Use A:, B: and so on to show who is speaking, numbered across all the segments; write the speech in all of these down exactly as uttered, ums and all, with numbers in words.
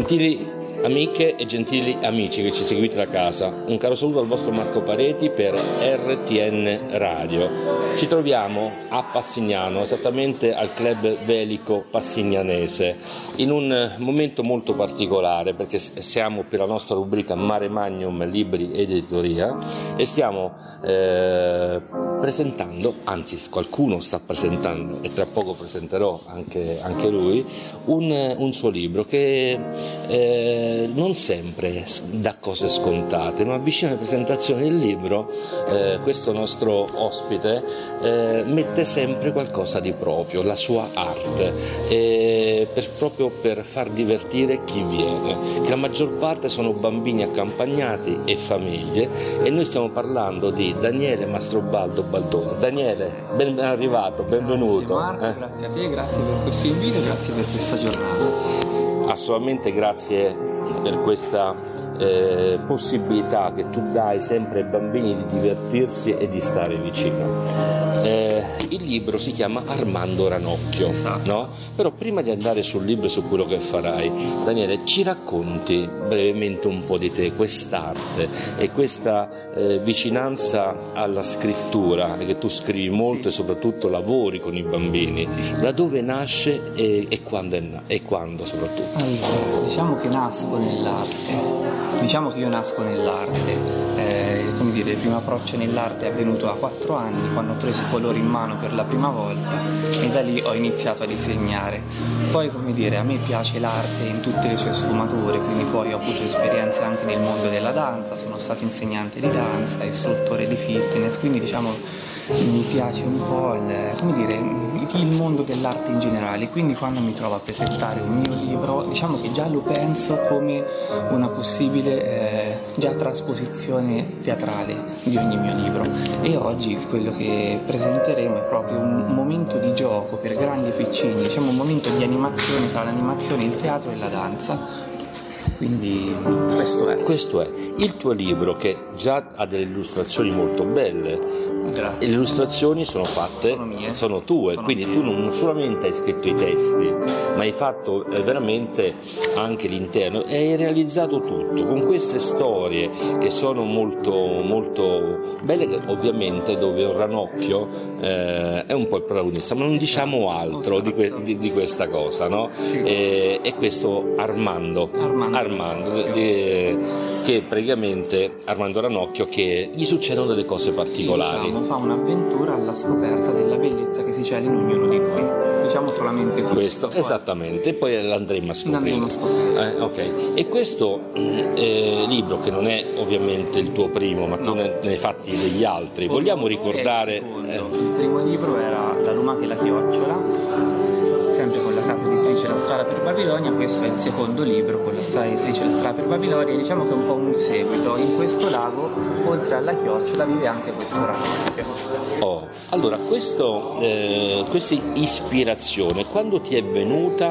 A: Gentili amiche e gentili amici che ci seguite da casa, un caro saluto al vostro Marco Pareti per R T N Radio. Ci troviamo a Passignano, esattamente al club velico passignanese, in un momento molto particolare perché siamo per la nostra rubrica Mare Magnum Libri ed Editoria e stiamo eh, presentando, anzi qualcuno sta presentando e tra poco presenterò anche, anche lui, un, un suo libro che eh, non sempre dà cose scontate, ma vicino alla presentazione del libro eh, questo nostro ospite eh, mette sempre qualcosa di proprio, la sua arte, eh, per, proprio per far divertire chi viene, che la maggior parte sono bambini accompagnati e famiglie, e noi stiamo parlando di Daniele Mastrobaldo Baldoni. Daniele, ben arrivato, benvenuto.
B: Grazie Marco, eh. grazie a te, grazie per questo invito, grazie per questa giornata.
A: Assolutamente grazie per questa eh, possibilità che tu dai sempre ai bambini di divertirsi e di stare vicino. Eh, il libro si chiama Armando Ranocchio, esatto. No? Però prima di andare sul libro e su quello che farai, Daniele, ci racconti brevemente un po' di te, quest'arte e questa eh, vicinanza alla scrittura, che tu scrivi molto, sì, e soprattutto lavori con i bambini, sì. Da dove nasce e, e, quando, è na- e quando soprattutto?
B: Allora, diciamo che nasco nell'arte, diciamo che io nasco nell'arte. Eh, come dire, il primo approccio nell'arte è avvenuto a quattro anni, quando ho preso i colori in mano per la prima volta e da lì ho iniziato a disegnare. Poi, come dire, a me piace l'arte in tutte le sue sfumature, quindi poi ho avuto esperienze anche nel mondo della danza, sono stato insegnante di danza, istruttore di fitness, quindi diciamo mi piace un po' il, come dire, il mondo dell'arte in generale, quindi quando mi trovo a presentare un mio libro, diciamo che già lo penso come una possibile eh, già trasposizione teatrale di ogni mio libro, e oggi quello che presenteremo è proprio un momento di gioco per grandi e piccini, diciamo un momento di animazione tra l'animazione, il teatro e la danza. Quindi questo è.
A: Questo è il tuo libro, che già ha delle illustrazioni molto belle.
B: Grazie.
A: Le illustrazioni sono fatte,
B: sono, mie.
A: sono tue,
B: sono
A: quindi
B: mie.
A: tu non solamente hai scritto i testi, ma hai fatto eh, veramente anche l'interno e hai realizzato tutto con queste storie che sono molto molto belle, ovviamente, dove un Ranocchio eh, è un po' il protagonista, ma non diciamo altro di, que- di, di questa cosa, no?
B: Sì.
A: E, e questo Armando,
B: Armando,
A: Armando di, che praticamente Armando Ranocchio, che gli succedono delle cose particolari.
B: Sì, diciamo, fa un'avventura alla scoperta della bellezza che si cela in ognuno di noi, diciamo solamente
A: questo,
B: poi.
A: Esattamente, e poi l'andremo a scoprire.
B: L'andremo a scoprire.
A: Eh, ok. E questo eh, libro, che non è ovviamente il tuo primo, ma tu no. ne, ne hai fatti degli altri, vogliamo ricordare?
B: Il, eh. il primo libro era La lumaca e la chiocciola, sempre con la casa editrice La Strada per Babilonia. Questo è il secondo libro con la strada editrice La Strada per Babilonia, diciamo che è un po' un seguito. In questo lago, oltre alla chiocciola, vive anche questo Ranocchio.
A: Oh, allora questo, eh, questa ispirazione quando ti è venuta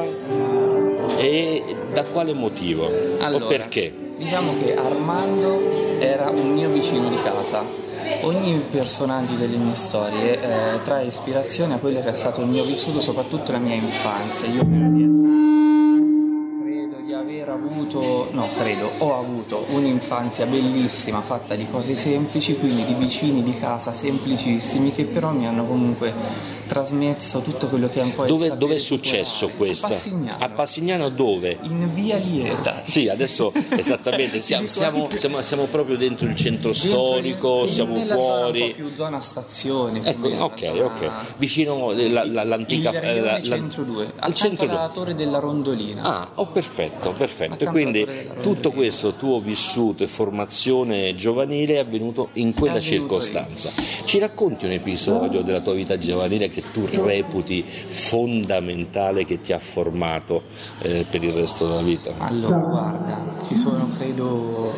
A: e da quale motivo?
B: Allora,
A: o perché?
B: Diciamo che Armando era un mio vicino di casa. Ogni personaggio delle mie storie eh, trae ispirazione a quello che è stato il mio vissuto, soprattutto la mia infanzia. Io credo di aver avuto, no credo, ho avuto un'infanzia bellissima, fatta di cose semplici, quindi di vicini di casa semplicissimi, che però mi hanno comunque trasmesso tutto quello che è un po'
A: dove,
B: il
A: dove è successo questo?
B: A Passignano.
A: A Passignano dove?
B: In via Lieta.
A: Sì, adesso esattamente siamo, siamo, siamo, siamo proprio dentro il centro dentro storico, il, siamo
B: nella
A: fuori.
B: Zona un po' più zona stazione.
A: Ecco, ok,
B: zona...
A: ok. Vicino la, la, l'antica
B: il
A: la, la,
B: centro due,
A: al centro
B: della Torre della Rondolina.
A: Ah, oh, perfetto, perfetto. E quindi tutto questo tuo vissuto e formazione giovanile è avvenuto in quella circostanza. Io. Ci racconti un episodio della tua vita giovanile che tu reputi fondamentale, che ti ha formato eh, per il resto della vita?
B: Allora, guarda, ci sono credo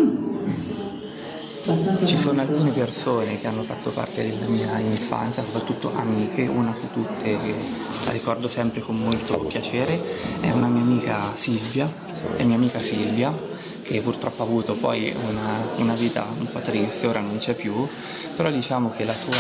B: ci sono alcune persone che hanno fatto parte della mia infanzia, soprattutto amiche, una su tutte che la ricordo sempre con molto piacere, è una mia amica Silvia, è mia amica Silvia, che purtroppo ha avuto poi una, una vita un po' triste, ora non c'è più, però diciamo che la sua,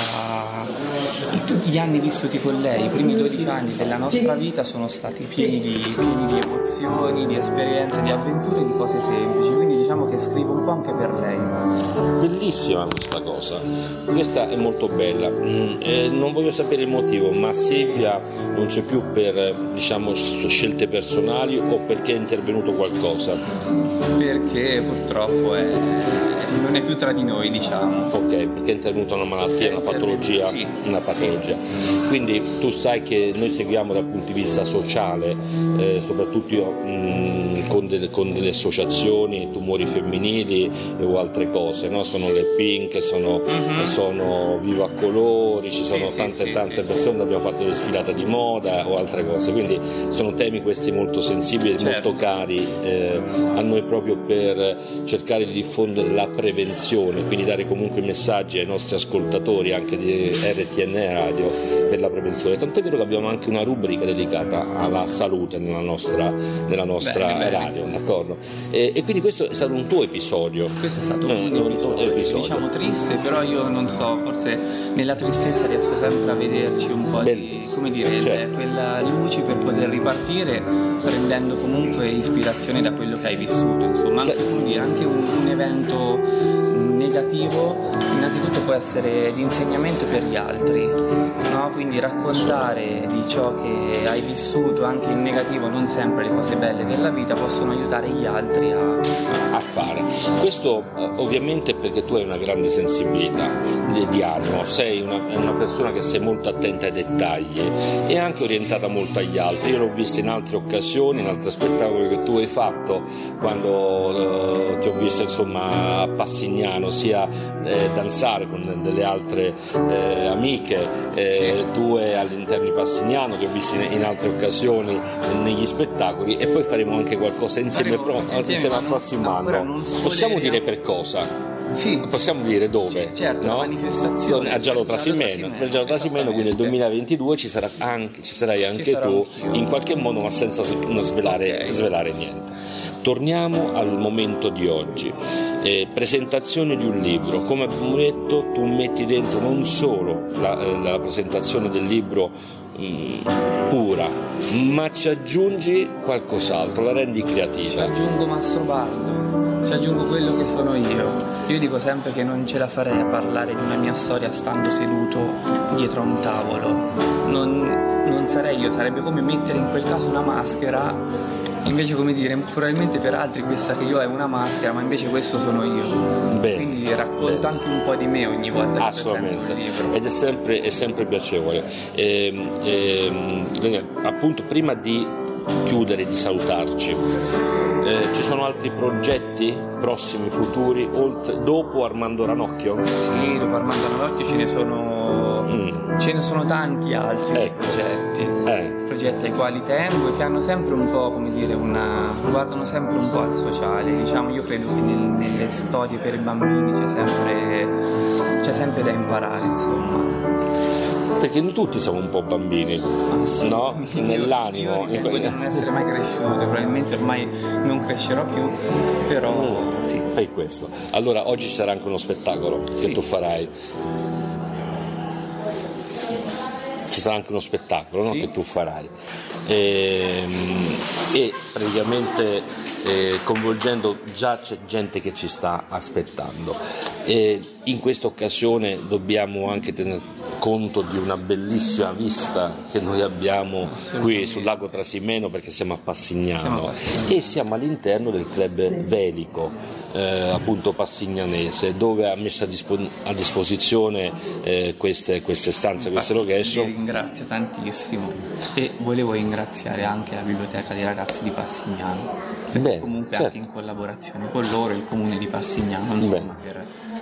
B: tutti gli anni vissuti con lei, i primi dodici anni della nostra vita sono stati pieni di, pieni di emozioni, di esperienze, di avventure, di cose semplici, quindi diciamo che scrivo un po' anche per lei.
A: Bellissima questa cosa, questa è molto bella. Mm, eh, non voglio sapere il motivo, ma Silvia non c'è più per, diciamo, scelte personali o perché è intervenuto qualcosa?
B: Perché purtroppo è, non è più tra di noi, diciamo.
A: Ok, perché è intervenuta una malattia, una patologia,
B: sì,
A: una patologia. Sì. Quindi tu sai che noi seguiamo dal punto di vista sociale, eh, soprattutto io, mh, con, delle, con delle associazioni, tumori femminili o altre cose, no? Sono le Pink, sono, mm-hmm. sono Viva Colori, ci sono sì, tante sì, tante sì, persone, sì. Abbiamo fatto le sfilate di moda o altre cose, quindi sono temi questi molto sensibili, certo. molto cari eh, a noi, proprio per cercare di diffondere la prevenzione, quindi dare comunque messaggi ai nostri ascoltatori anche di R T N Radio per la prevenzione. Tant'è vero che abbiamo anche una rubrica dedicata alla salute nella nostra, nella nostra bene, radio, bene. D'accordo? E, e quindi questo è stato un tuo episodio.
B: Questo è stato eh, un episodio, episodio, diciamo triste, però io non so, forse nella tristezza riesco sempre a vederci un po' di, come dire, certo. quella luce per poter ripartire, prendendo comunque ispirazione da quello che hai vissuto, insomma, anche, come dire, anche un, un evento negativo innanzitutto può essere di insegnamento per gli altri, no? Quindi raccontare di ciò che hai vissuto anche in negativo, non sempre le cose belle della vita, possono aiutare gli altri a,
A: a fare questo, ovviamente perché tu hai una grande sensibilità di animo, sei una, una persona che sei molto attenta ai dettagli e anche orientata molto agli altri. Io l'ho vista in altre occasioni, in altri spettacoli che tu hai fatto, quando eh, ti ho visto insomma a Passignano, sia eh, danzare con delle altre eh, amiche eh, sì. tue all'interno di Passignano, che ho visto in, in altre occasioni negli spettacoli, e poi faremo anche qualcosa insieme, pro, insieme, insieme al prossimo anno. Possiamo dire per cosa?
B: Sì.
A: Possiamo dire dove?
B: Sì, certo,
A: no?
B: Manifestazione
A: a Giallo Trasimeno, per Giallo Trasimeno, quindi nel duemilaventidue ci, sarà anche, ci sarai anche ci tu in qualche modo, ma senza svelare, okay. svelare niente. Torniamo al momento di oggi. Eh, presentazione di un libro, come abbiamo detto, tu metti dentro non solo la, la presentazione del libro mh, pura, ma ci aggiungi qualcos'altro, la rendi creativa.
B: Ci aggiungo Mastrobaldo, ci aggiungo quello che sono io. Io dico sempre che non ce la farei a parlare di una mia storia stando seduto dietro a un tavolo. Non, non sarei io, sarebbe come mettere in quel caso una maschera. Invece, come dire, probabilmente per altri questa che io ho è una maschera, ma invece questo sono io. Bene, quindi racconto bene. anche un po' di me ogni volta che presento il libro.
A: Ed è sempre, è sempre piacevole. E, e, appunto, prima di chiudere, di salutarci, eh, ci sono altri progetti prossimi, futuri, oltre, dopo Armando Ranocchio?
B: Sì, dopo Armando Ranocchio ce ne sono, mm. ce ne sono tanti altri ecco. progetti. Eh. progetti ai quali tengo e che hanno sempre un po', come dire, una guardano sempre un po' al sociale. Diciamo, io credo che nel, nelle storie per i bambini c'è sempre c'è sempre da imparare, insomma.
A: Perché noi tutti siamo un po' bambini, ah, sì, no? Sì, nell'animo.
B: Io, io ritengo di non essere mai cresciuto, probabilmente ormai non crescerò più, però mm, sì.
A: Fai questo. Allora oggi ci sarà anche uno spettacolo che sì. tu farai. Ci sarà anche uno spettacolo no? sì. che tu farai e, e praticamente eh, coinvolgendo già c'è gente che ci sta aspettando, e in questa occasione dobbiamo anche tenere conto di una bellissima vista che noi abbiamo qui sul lago Trasimeno, perché siamo a Passignano, siamo a Passignano. E siamo all'interno del club velico eh, appunto passignanese, dove ha messo a, dispo- a disposizione eh, queste, queste stanze. Infatti, queste location.
B: Vi ringrazio tantissimo e volevo ringraziare anche la biblioteca dei ragazzi di Passignano, perché Bene, comunque certo. anche in collaborazione con loro, il comune di Passignano, insomma, per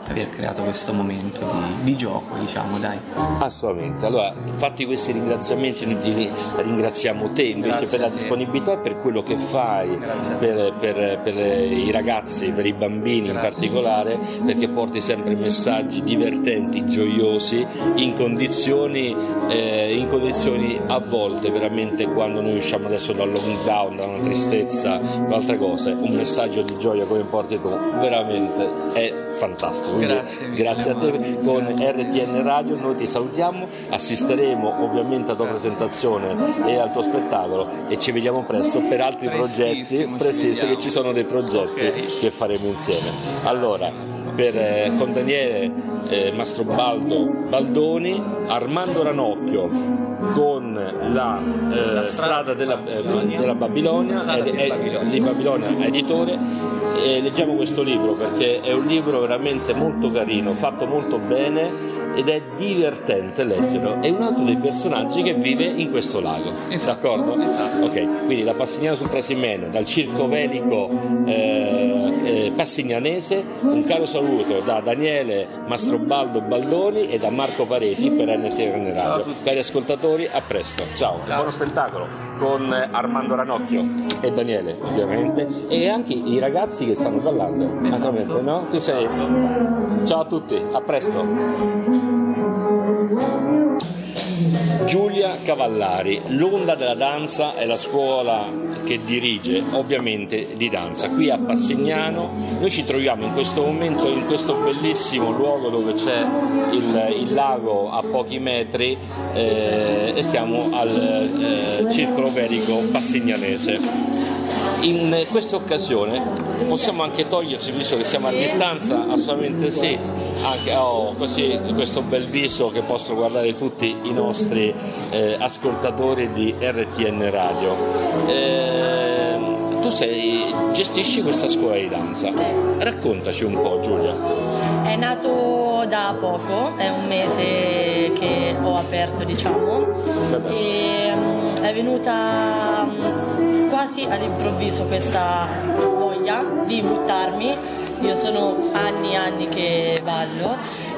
B: aver creato questo momento di, di gioco, diciamo, dai.
A: Assolutamente. Allora, fatti questi ringraziamenti, noi ti ringraziamo te invece. Grazie per la disponibilità e per quello che fai per, per, per i ragazzi, per i bambini. Grazie. In particolare, perché porti sempre messaggi divertenti, gioiosi, in condizioni eh, in condizioni a volte veramente, quando noi usciamo adesso dal lockdown, da una tristezza, un'altra cosa, un messaggio di gioia come porti tu, veramente è fantastico. Quindi, grazie, grazie a te. Con R T N Radio noi ti salutiamo, assisteremo ovviamente alla tua presentazione e al tuo spettacolo e ci vediamo presto per altri progetti, prestissimo, che ci sono dei progetti okay. che faremo insieme. Allora, per, eh, con Daniele eh, Mastrobaldo Baldoni, Armando Ranocchio con la, eh, la strada della, eh, della Babilonia, strada di, è, Babilonia. di Babilonia editore, e leggiamo questo libro perché è un libro veramente molto carino, fatto molto bene ed è divertente leggerlo. È un altro dei personaggi che vive in questo lago, esatto, d'accordo? Esatto. Ok, quindi da Passignano sul Trasimeno, dal circo velico eh, eh, passignanese, un caro saluto da Daniele Mastrobaldo Baldoni e da Marco Pareti per N T N Radio. Cari ascoltatori, a presto, ciao, ciao. Buono spettacolo con Armando Ranocchio e Daniele ovviamente, e anche i ragazzi che stanno ballando, esatto. No? Tu sei... Ciao a tutti, a presto. Giulia Cavallari, l'Onda della Danza è la scuola che dirige ovviamente di danza qui a Passignano. Noi ci troviamo in questo momento in questo bellissimo luogo dove c'è il, il lago a pochi metri eh, e stiamo al eh, circolo velico passignanese. In questa occasione possiamo anche toglierci, visto che siamo a distanza, assolutamente sì, anche oh, così questo bel viso che possono guardare tutti i nostri eh, ascoltatori di R T N Radio. Eh, tu sei, gestisci questa scuola di danza, raccontaci un po', Giulia.
C: È nato da poco, è un mese che ho aperto, diciamo, e um, è venuta um, quasi all'improvviso questa voglia di buttarmi. Io sono anni e anni che ballo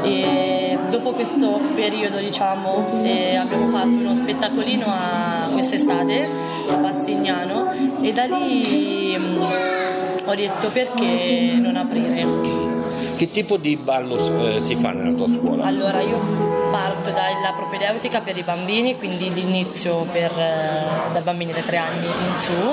C: e dopo questo periodo, diciamo, eh, abbiamo fatto uno spettacolino a quest'estate a Passignano e da lì um, ho detto perché non aprire.
A: Che tipo di ballo eh, si fa nella tua scuola?
C: Allora, io parto dalla propedeutica per i bambini, quindi l'inizio per eh, da bambini da tre anni in su,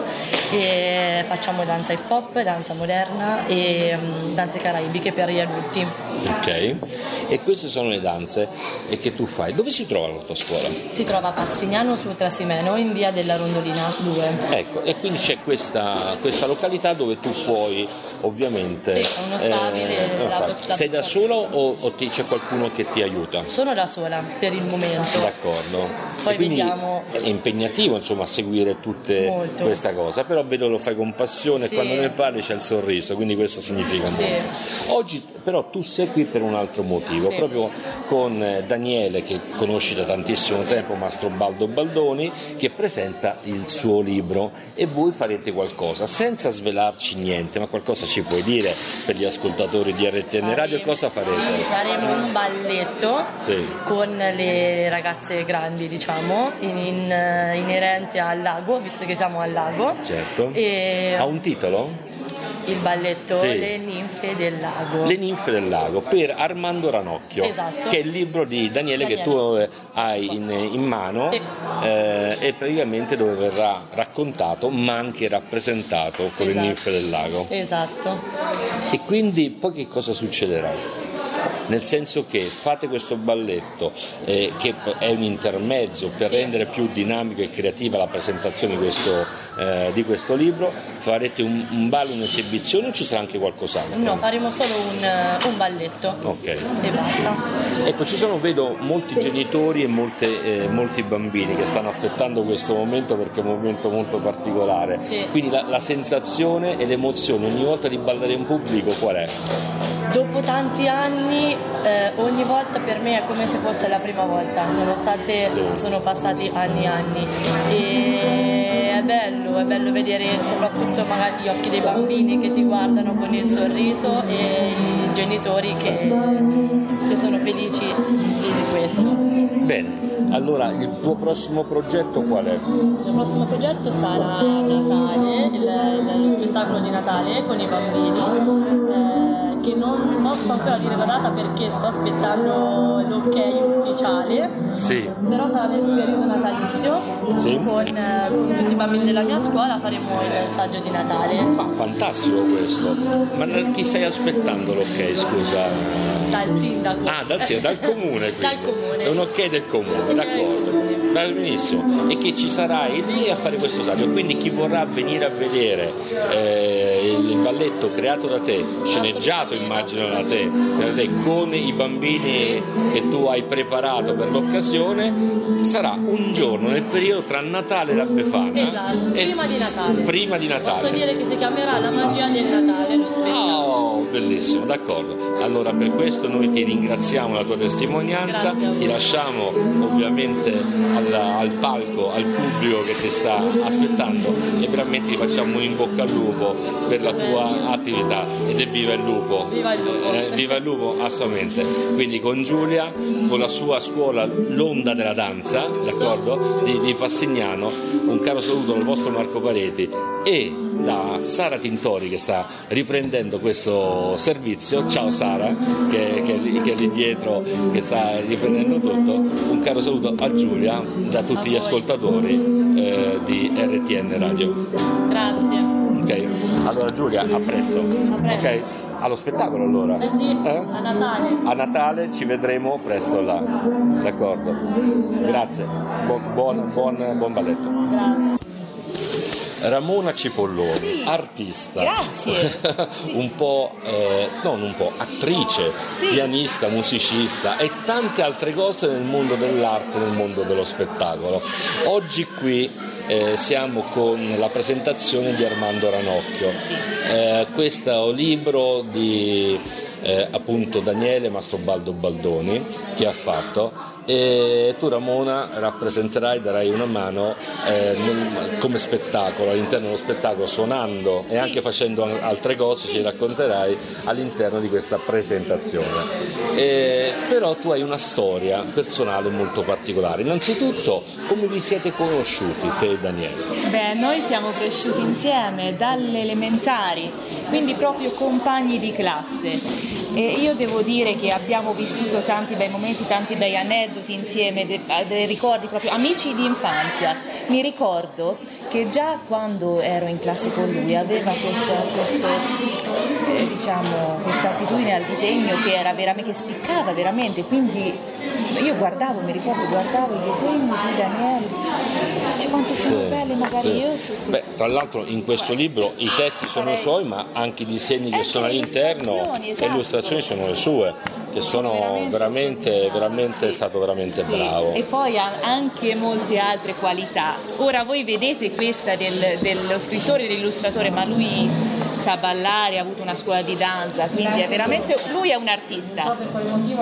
C: e facciamo danza hip hop, danza moderna e um, danze caraibiche per gli adulti.
A: Ok, e queste sono le danze che tu fai. Dove si trova la tua scuola?
C: Si trova a Passignano sul Trasimeno, in via della Rondolina due.
A: Ecco, e quindi c'è questa, questa località dove tu puoi ovviamente...
C: Sì, uno stabile.
A: Eh, uno stabile. La, Sei da solo o, o ti, c'è qualcuno che ti aiuta?
C: Sono da sola per il momento.
A: D'accordo.
C: Poi
A: e quindi
C: vediamo.
A: È impegnativo, insomma, seguire tutte Molto. questa cosa, però vedo lo fai con passione, sì. E quando ne parli c'è il sorriso, quindi questo significa
C: sì.
A: molto. Oggi però tu sei qui per un altro motivo, sì. proprio con Daniele, che conosci da tantissimo sì. tempo, Mastrobaldo Baldoni, che presenta il suo libro e voi farete qualcosa, senza svelarci niente, ma qualcosa ci puoi dire per gli ascoltatori di R T N Radio? Cosa farete?
C: Sì, faremo un balletto sì. con le ragazze grandi, diciamo, in, in, inerente al lago, visto che siamo al lago.
A: Certo.
C: E...
A: ha un titolo?
C: Il balletto sì. Le ninfe del lago.
A: Le ninfe del lago per Armando Ranocchio,
C: esatto.
A: che è il libro di Daniele, Daniele. che tu hai in, in mano sì. eh, e praticamente dove verrà raccontato ma anche rappresentato con esatto. le ninfe del lago.
C: Esatto.
A: E quindi poi che cosa succederà? Nel senso che fate questo balletto eh, che è un intermezzo per sì. rendere più dinamico e creativa la presentazione di questo, eh, di questo libro. Farete un, un ballo, un'esibizione o ci sarà anche qualcos'altro?
C: No, faremo solo un, un balletto.
A: Ok.
C: E basta.
A: Ecco, ci sono, vedo, molti genitori e molte, eh, molti bambini che stanno aspettando questo momento perché è un momento molto particolare.
C: Sì.
A: Quindi la, la sensazione e l'emozione ogni volta di ballare in pubblico qual è?
C: Dopo tanti anni, eh, ogni volta per me è come se fosse la prima volta, nonostante sì. sono passati anni e anni. E bello, è bello vedere soprattutto magari gli occhi dei bambini che ti guardano con il sorriso e i genitori che, che sono felici di questo.
A: Bene, allora il tuo prossimo progetto qual è?
C: Il mio prossimo progetto sarà Natale, il, lo spettacolo di Natale con i bambini, eh, che non posso ancora dire la data perché sto aspettando l'ok ufficiale,
A: sì.
C: Però sarà nel periodo natalizio,
A: sì.
C: con, eh, con tutti i bambini della mia scuola faremo il saggio di Natale.
A: Ma fantastico questo, ma chi stai aspettando l'ok, scusa?
C: Dal sindaco.
A: Ah, dal, dal comune quindi.
C: Dal comune.
A: È un ok del comune, d'accordo. Benissimo, e che ci sarai lì a fare questo saggio, quindi chi vorrà venire a vedere eh, il balletto creato da te, sceneggiato immagino da te, da te, con i bambini che tu hai preparato per l'occasione, sarà un giorno nel periodo tra Natale e la Befana.
C: Esatto,
A: e
C: prima di Natale.
A: Prima di Natale.
C: Posso dire che si chiamerà La magia del Natale lo spettacolo.
A: Oh, bellissimo, d'accordo. Allora per questo noi ti ringraziamo la tua testimonianza, ti lasciamo ovviamente al, al palco, al pubblico che ti sta aspettando e veramente ti facciamo un in bocca al lupo per la tua attività ed è viva il lupo.
C: Viva il lupo.
A: Eh, viva il lupo, assolutamente. Quindi con Giulia, con la sua scuola L'Onda della Danza, d'accordo? Di, di Passignano, un caro saluto al vostro Marco Pareti e da Sara Tintori che sta riprendendo questo servizio. Ciao Sara, che, che, che è lì dietro, che sta riprendendo tutto. Un caro saluto a Giulia da tutti gli ascoltatori eh, di R T N Radio.
C: Grazie.
A: Ok, allora Giulia, a presto.
C: A presto.
A: Ok, allo spettacolo allora.
C: Eh sì,
A: Eh?
C: a Natale.
A: A Natale ci vedremo presto là, d'accordo? Grazie, buon, buon, buon, buon balletto.
C: Grazie.
A: Ramona Cipolloni,
D: sì,
A: artista,
D: grazie. Sì.
A: un po', eh, non un po', attrice,
D: sì,
A: pianista, musicista e tante altre cose nel mondo dell'arte, nel mondo dello spettacolo. Oggi qui eh, siamo con la presentazione di Armando Ranocchio,
D: sì.
A: eh, questo libro di eh, appunto Daniele Mastrobaldo Baldoni che ha fatto. E tu Ramona rappresenterai, darai una mano eh, nel, come spettacolo, all'interno dello spettacolo, suonando e sì, anche facendo altre cose, ci racconterai all'interno di questa presentazione. E, però tu hai una storia personale molto particolare. Innanzitutto, come vi siete conosciuti te e Daniele?
D: Beh, noi siamo cresciuti insieme dalle elementari, quindi proprio compagni di classe. E io devo dire che abbiamo vissuto tanti bei momenti, tanti bei aneddoti insieme, dei, dei ricordi proprio, amici di infanzia. Mi ricordo che già quando ero in classe con lui aveva questa, questo, eh, diciamo, questa attitudine al disegno che era veramente, che spiccava veramente, quindi io guardavo, mi ricordo, guardavo i disegni di Daniele, cioè quanto sono sì, belli, magari sì. io... Se, se,
A: Beh, tra l'altro in questo libro i testi sono i suoi, ma anche i disegni che sono all'interno,
D: esatto,
A: le illustrazioni sono le sue, che sono veramente, veramente, veramente sì, stato veramente sì, bravo.
D: E poi ha anche molte altre qualità. Ora voi vedete questa del, dello scrittore e dell'illustratore, ma lui sa ballare, ha avuto una scuola di danza, quindi è veramente, lui è un artista. Non so per quale motivo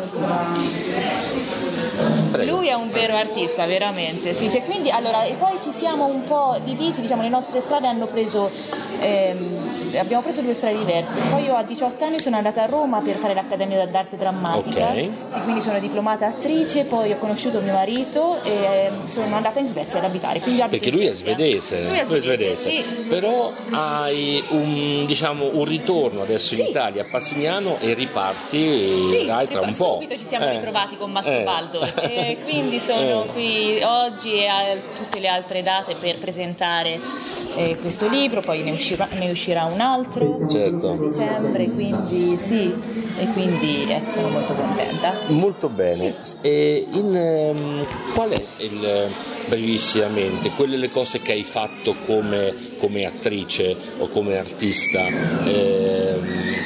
D: lui è un vero artista, veramente. Sì, sì, quindi allora, e poi ci siamo un po' divisi, diciamo, le nostre strade hanno preso ehm, abbiamo preso due strade diverse, perché poi io a diciotto anni sono andata a Roma per fare l'Accademia d'Arte Drammatica,
A: okay,
D: sì, quindi sono diplomata attrice, poi ho conosciuto mio marito e sono andata in Svezia ad abitare, quindi
A: perché lui è svedese,
D: lui è svedese,
A: svedese.
D: Sì.
A: Però hai un, diciamo, un ritorno adesso in sì, Italia, a Passignano, e riparti
D: sì,
A: tra un po'.
D: Subito ci siamo
A: eh.
D: ritrovati con Mastrobaldo eh. e quindi sono eh. qui oggi e a tutte le altre date per presentare eh, questo libro, poi ne uscirà, ne uscirà un altro,
A: certo,
D: a dicembre, quindi sì, e quindi eh, sono molto contenta.
A: Molto bene. Sì. E in, um, qual è il, brevissimamente, quelle le cose che hai fatto come, come attrice o come artista eh,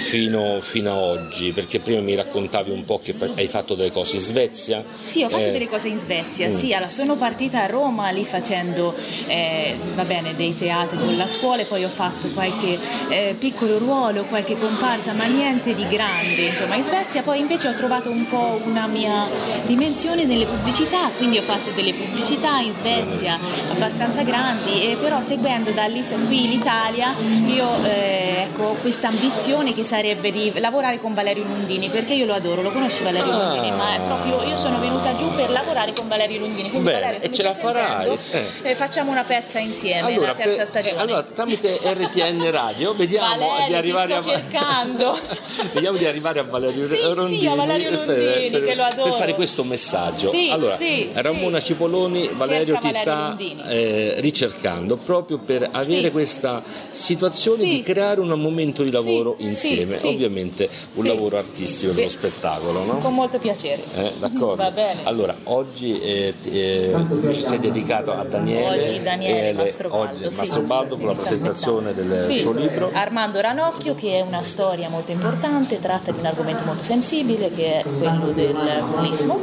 A: fino, fino a oggi? Perché prima mi raccontavi un po' che hai fatto delle cose in Svezia.
D: Sì, ho fatto
A: eh,
D: delle cose in Svezia,
A: mm.
D: sì, allora, sono partita a Roma lì facendo eh, va bene, dei teatri con la scuola e poi ho fatto qualche eh, piccolo ruolo, qualche comparsa, ma niente di grande, insomma. In Svezia poi invece ho trovato un po' una mia dimensione nelle pubblicità, quindi ho fatto delle pubblicità in Svezia abbastanza grandi, e però seguendo da qui l'Italia io eh, ecco, ho questa ambizione che sarebbe di lavorare con Valerio Lundini, perché io lo adoro, lo conosci Valerio
A: ah.
D: Lundini, ma è proprio io sono venuta giù per lavorare con Valerio Lundini, quindi
A: Bene,
D: Valerio, se
A: e
D: mi
A: ce la farai
D: sentendo, eh. facciamo una pezza insieme,
A: allora,
D: la terza
A: per,
D: stagione.
A: eh, allora tramite R T N Radio vediamo
D: Valerio,
A: di arrivare
D: ti sto
A: a
D: cercando.
A: vediamo di arrivare a Valerio
D: sì,
A: Rondini,
D: sì, a Valerio Lundini,
A: per,
D: che lo adoro,
A: per fare questo messaggio.
D: Sì,
A: allora,
D: sì,
A: Ramona
D: sì.
A: Cipolloni, Valerio
D: Cerca
A: ti
D: Valerio
A: sta eh, ricercando proprio per avere
D: sì.
A: questa situazione
D: sì.
A: di creare un momento di lavoro
D: sì,
A: insieme,
D: sì,
A: ovviamente un
D: sì.
A: lavoro artistico dello spettacolo, no?
D: Con molto piacere.
A: Eh, d'accordo.
D: Va bene.
A: Allora, oggi eh, eh, ci sei dedicato a Daniele.
D: Oggi Daniele
A: e le,
D: Mastrobaldo,
A: oggi,
D: sì.
A: Mastrobaldo con la
D: Mi sta
A: presentazione del
D: sì.
A: suo libro.
D: Armando Ranocchio, che è una storia molto importante, tratta di un argomento molto sensibile che è quello del bullismo.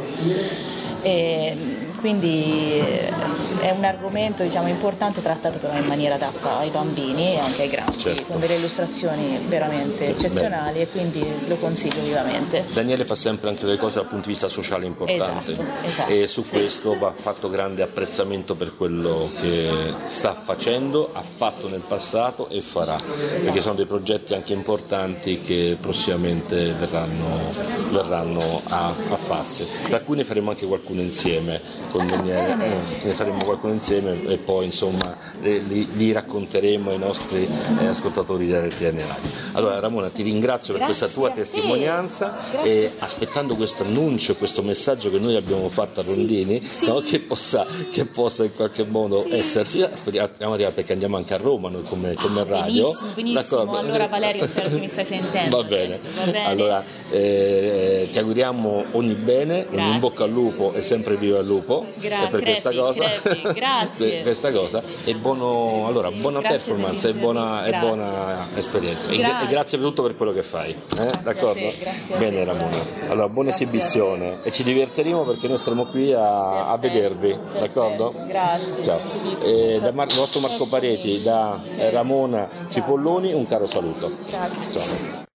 D: E quindi è un argomento, diciamo, importante, trattato però in maniera adatta ai bambini e anche ai grandi,
A: certo.
D: con delle illustrazioni veramente eccezionali. Beh. E quindi lo consiglio vivamente.
A: Daniele fa sempre anche delle cose dal punto di vista sociale importanti,
D: esatto, esatto.
A: E su
D: sì.
A: questo va fatto grande apprezzamento per quello che sta facendo, ha fatto nel passato e farà, esatto. Perché sono dei progetti anche importanti che prossimamente verranno, verranno a, a farsi, sì. Tra cui ne faremo anche qualcuno insieme con Daniele, eh, ne faremo qualcuno insieme e poi insomma li, li racconteremo ai nostri eh, ascoltatori di R T N Radio. Allora Ramona, ti ringrazio per
D: Grazie
A: questa tua testimonianza e aspettando questo annuncio, questo messaggio che noi abbiamo fatto a Rondini, sì, no? Sì. Che, possa, che possa in qualche modo sì. esserci, speriamo arrivare, perché andiamo anche a Roma noi come, come radio.
D: Benissimo, benissimo. D'accordo? Allora Valerio, spero che mi stai sentendo.
A: Va bene,
D: adesso, va bene.
A: Allora eh, ti auguriamo ogni bene,
D: grazie.
A: In bocca al lupo e sempre viva il lupo.
D: Gra-
A: per
D: crepi,
A: questa cosa,
D: crepi, grazie.
A: per questa cosa e buono, allora, buona
D: grazie
A: performance e buona, e buona esperienza grazie. E grazie per tutto, per quello che fai, eh? D'accordo? Bene Ramona, allora buona grazie esibizione e ci divertiremo perché noi staremo qui a, a vedervi, perfetto. D'accordo?
D: Grazie.
A: Ciao. E da Mar- vostro Marco Pareti, da Ramona Cipolloni, un caro saluto.
D: Grazie.
A: Ciao.